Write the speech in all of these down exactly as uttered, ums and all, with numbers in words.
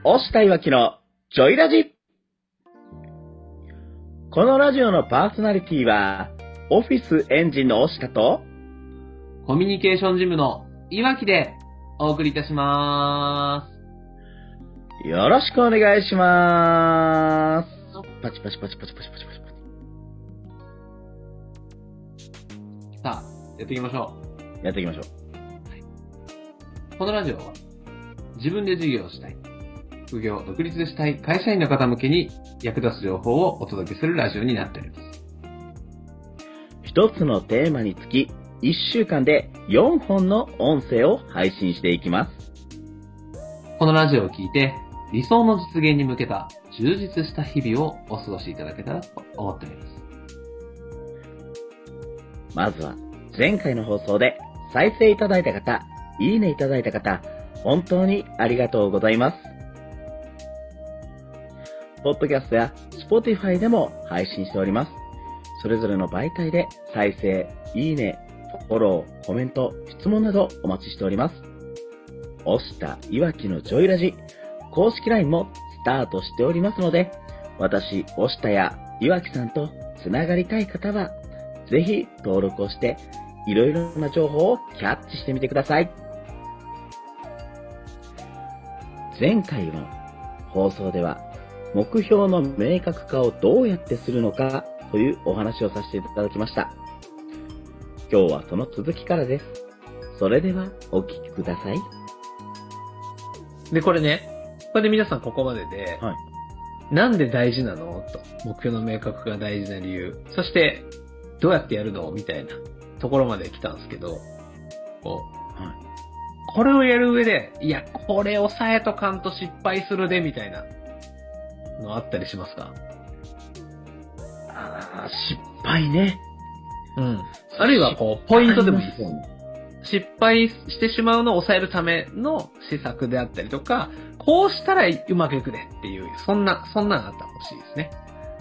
押したいわきのジョイラジ。このラジオのパーソナリティは、オフィスエンジンの押したと、 コミュニケーションジムのいわきでお送りいたします。よろしくお願いしまーす。パチパチパチパチパチパチパチパチ。さあ、やっていきましょう。やっていきましょう。 このラジオは、自分で事業をしたい、副業、独立したい会社員の方向けに役立つ情報をお届けするラジオになっております。 一つのテーマにつき、いっしゅうかんでよんほんの音声を配信していきます。 このラジオを聞いて、理想の実現に向けた充実した日々をお過ごしいただけたらと思っております。 まずは、前回の放送で再生いただいた方、いいねいただいた方、本当にありがとうございます。ポッドキャストや Spotify でも配信しております。それぞれの媒体で再生、いいね、フォロー、コメント、質問などお待ちしております。押したいわきのジョイラジ公式 ライン もスタートしておりますので、私、押したやいわきさんとつながりたい方は、ぜひ登録をして、いろいろな情報をキャッチしてみてください。前回の放送では、目標の明確化をどうやってするのかというお話をさせていただきました。今日はその続きからです。それではお聞きください。 で、これね、これで皆さんここまでで、はい、なんで大事なのと、目標の明確化が大事な理由、そしてどうやってやるのみたいなところまで来たんですけど、こう、はい、これをやる上で、いや、これ押さえとかんと失敗するで、みたいなのあったりしますか？ ああ、失敗ね。 うん。あるいは、こう、ポイントでもいいですよね。失敗してしまうのを抑えるための施策であったりとか、こうしたらうまくいくでっていう、そんな、そんなのあったら欲しいですね。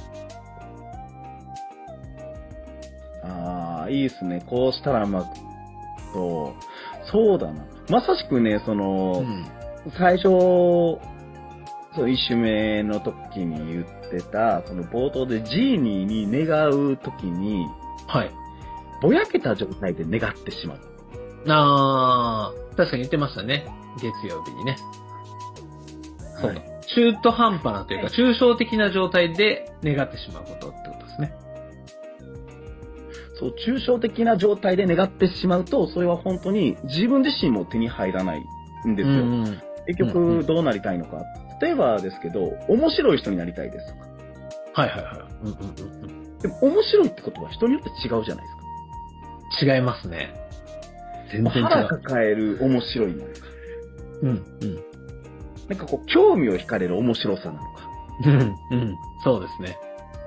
ああ、いいですね。こうしたらうまくと、そうだな。まさしくね、その、うん、最初、そう、一周目の時に言ってた、その冒頭でジーニーに願う時に、 はい。 ぼやけた状態で願ってしまう。 あー、確かに言ってましたね。月曜日にね。そう、はい。中途半端なというか、抽象的な状態で願ってしまうことってことですね。 そう、抽象的な状態で願ってしまうと、それは本当に自分自身も手に入らないんですよ。うんうん、結局、どうなりたいのか。うんうん、例えばですけど、面白い人になりたいですとか。 はいはいはい。うんうんうん、 でも、面白いってことは人によって違うじゃないですか。違いますね。全然違う。 腹抱える面白いなのか。 うんうん。 なんかこう、興味を惹かれる面白さなのか。 うんうん。そうですね。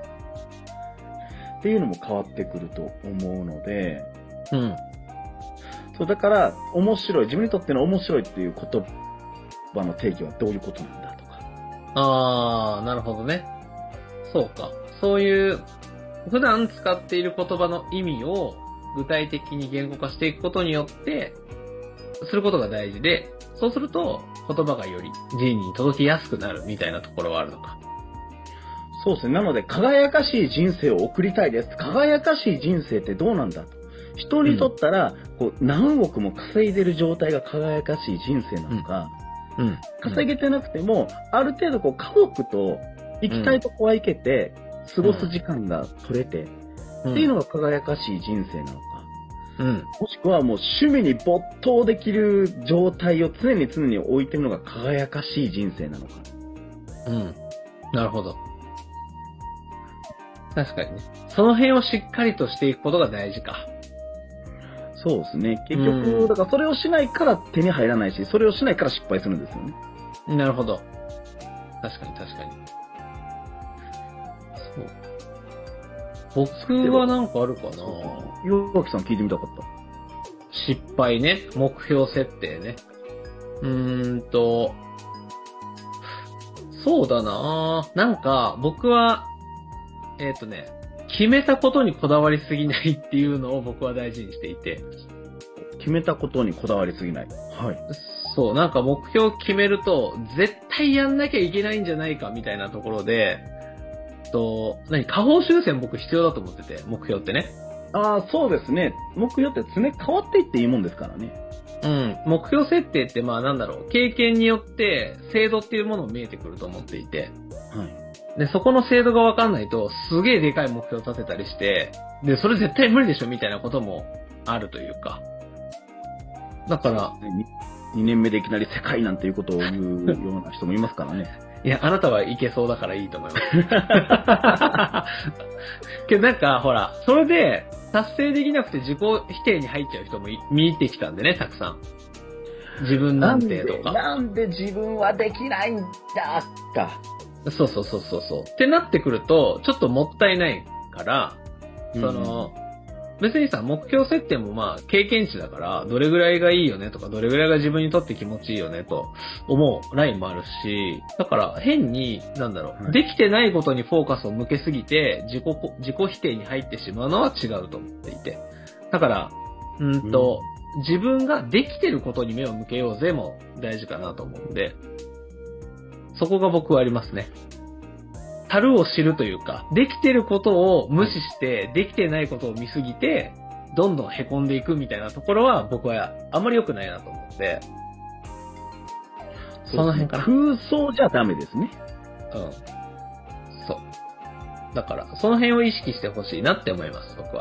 っていうのも変わってくると思うので、 うん。 そう、だから、面白い、自分にとっての面白いっていう言葉の定義はどういうことなんだとか。 あー、なるほどね。そうか。そういう、普段使っている言葉の意味を具体的に言語化していくことによって、することが大事で、そうすると言葉がよりジーニーに届きやすくなるみたいなところはあるのか。 そうですね。なので、輝かしい人生を送りたいです。輝かしい人生ってどうなんだと。人にとったら、うん、こう何億も稼いでる状態が輝かしい人生なのか、うんうん、稼げてなくても、ある程度こう家族と行きたいとこは行けて、過ごす時間が取れて、うん、っていうのが輝かしい人生なのか、うん、もしくはもう趣味に没頭できる状態を常に常に置いてるのが輝かしい人生なのか。 うん。なるほど。確かにね。その辺をしっかりとしていくことが大事か。 そうですね。結局、うん、だからそれをしないから手に入らないし、それをしないから失敗するんですよね。 なるほど。確かに確かに。そう。僕はなんかあるかな。 岩木さん聞いてみたかった。 失敗ね。目標設定ね。うーんと、そうだな。なんか僕は、えっとね、決めたことにこだわりすぎないっていうのを僕は大事にしていて。 決めたことにこだわりすぎない。はい。 そう、なんか目標を決めると、絶対やんなきゃいけないんじゃないかみたいなところで、と、何、下方修正も僕必要だと思ってて、目標ってね。 ああ、そうですね。目標って常に変わっていっていいもんですからね。 うん。目標設定って、まあなんだろう、経験によって制度っていうものも見えてくると思っていて。はい。で、そこの制度がわかんないと、すげえでかい目標を立てたりして、で、それ絶対無理でしょみたいなこともあるというか。だから、 にねんめでいきなり世界なんていうことを言うような人もいますからね。 いや、あなたはいけそうだからいいと思います。けどなんか、ほら、それで達成できなくて自己否定に入っちゃう人も見てきたんでね、たくさん。自分なんてとか。 なんで、なんで自分はできないんだか。 そうそうそうそうそう。ってなってくると、ちょっともったいないから、その、うん別にさ、目標設定もまあ経験値だから、どれぐらいがいいよねとか、どれぐらいが自分にとって気持ちいいよねと思うラインもあるし、だから変に、なんだろう、はい、できてないことにフォーカスを向けすぎて、自己、自己否定に入ってしまうのは違うと思っていて。だから、うんと、うん、自分ができてることに目を向けようぜも大事かなと思うんで、そこが僕はありますね。樽を知るというか、できてることを無視して、できてないことを見すぎて、どんどん凹んでいくみたいなところは僕はあんまり良くないなと思って、その辺かな。 空想じゃダメですね。 うん。そう。だから、その辺を意識してほしいなって思います、僕は。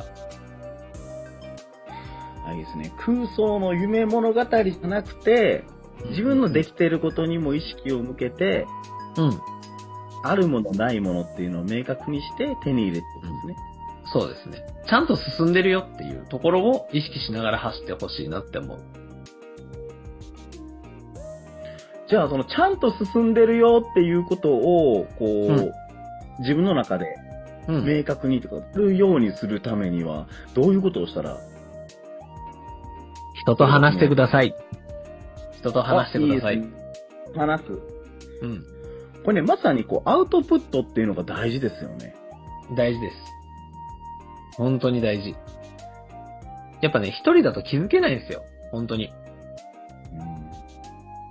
あ、いいですね。空想の夢物語じゃなくて、自分のできてることにも意識を向けて、うん。あるものないものっていうのを明確にして手に入れるってことですね、 うん。そうですね。ちゃんと進んでるよっていうところを意識しながら走ってほしいなって思う。 じゃあそのちゃんと進んでるよっていうことをこう、うん、自分の中で明確にとかするようにするためにはどういうことをしたら、 人と話してください。人と話してください。 いい話す。うん。これね、まさにこう、アウトプットっていうのが大事ですよね。 大事です。本当に大事。やっぱね、一人だと気づけないんですよ。本当に。うん、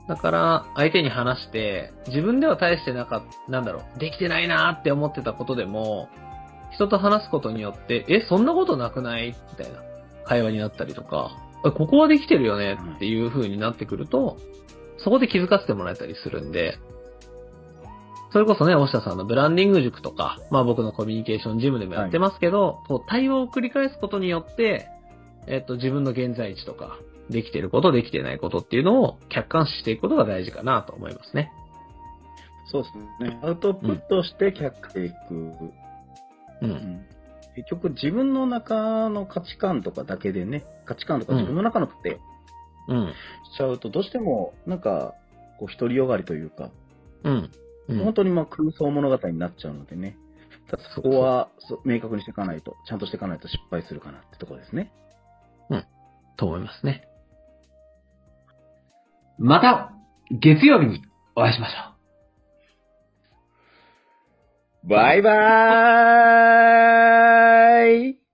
だから、相手に話して、自分では大してなかった、なんだろう、できてないなーって思ってたことでも、人と話すことによって、え、そんなことなくないみたいな会話になったりとか、ここはできてるよねっていう風になってくると、そこで気づかせてもらえたりするんで、それこそね、大下さんのブランディング塾とか、まあ僕のコミュニケーションジムでもやってますけど、はい、こう対話を繰り返すことによって、えっと、自分の現在地とか、できてること、できてないことっていうのを客観視していくことが大事かなと思いますね。 そうですね。アウトプットして客観していく。うん。うん、結局自分の中の価値観とかだけでね、価値観とか自分の中のってうん。しちゃうと、どうしても、なんか、こう、独りよがりというか、うん。うん、本当にまあ空想物語になっちゃうのでね。ただそこはそ明確にしていかないと、ちゃんとしていかないと失敗するかなってところですね。 うん。と思いますね。また、月曜日にお会いしましょう。バイバーイ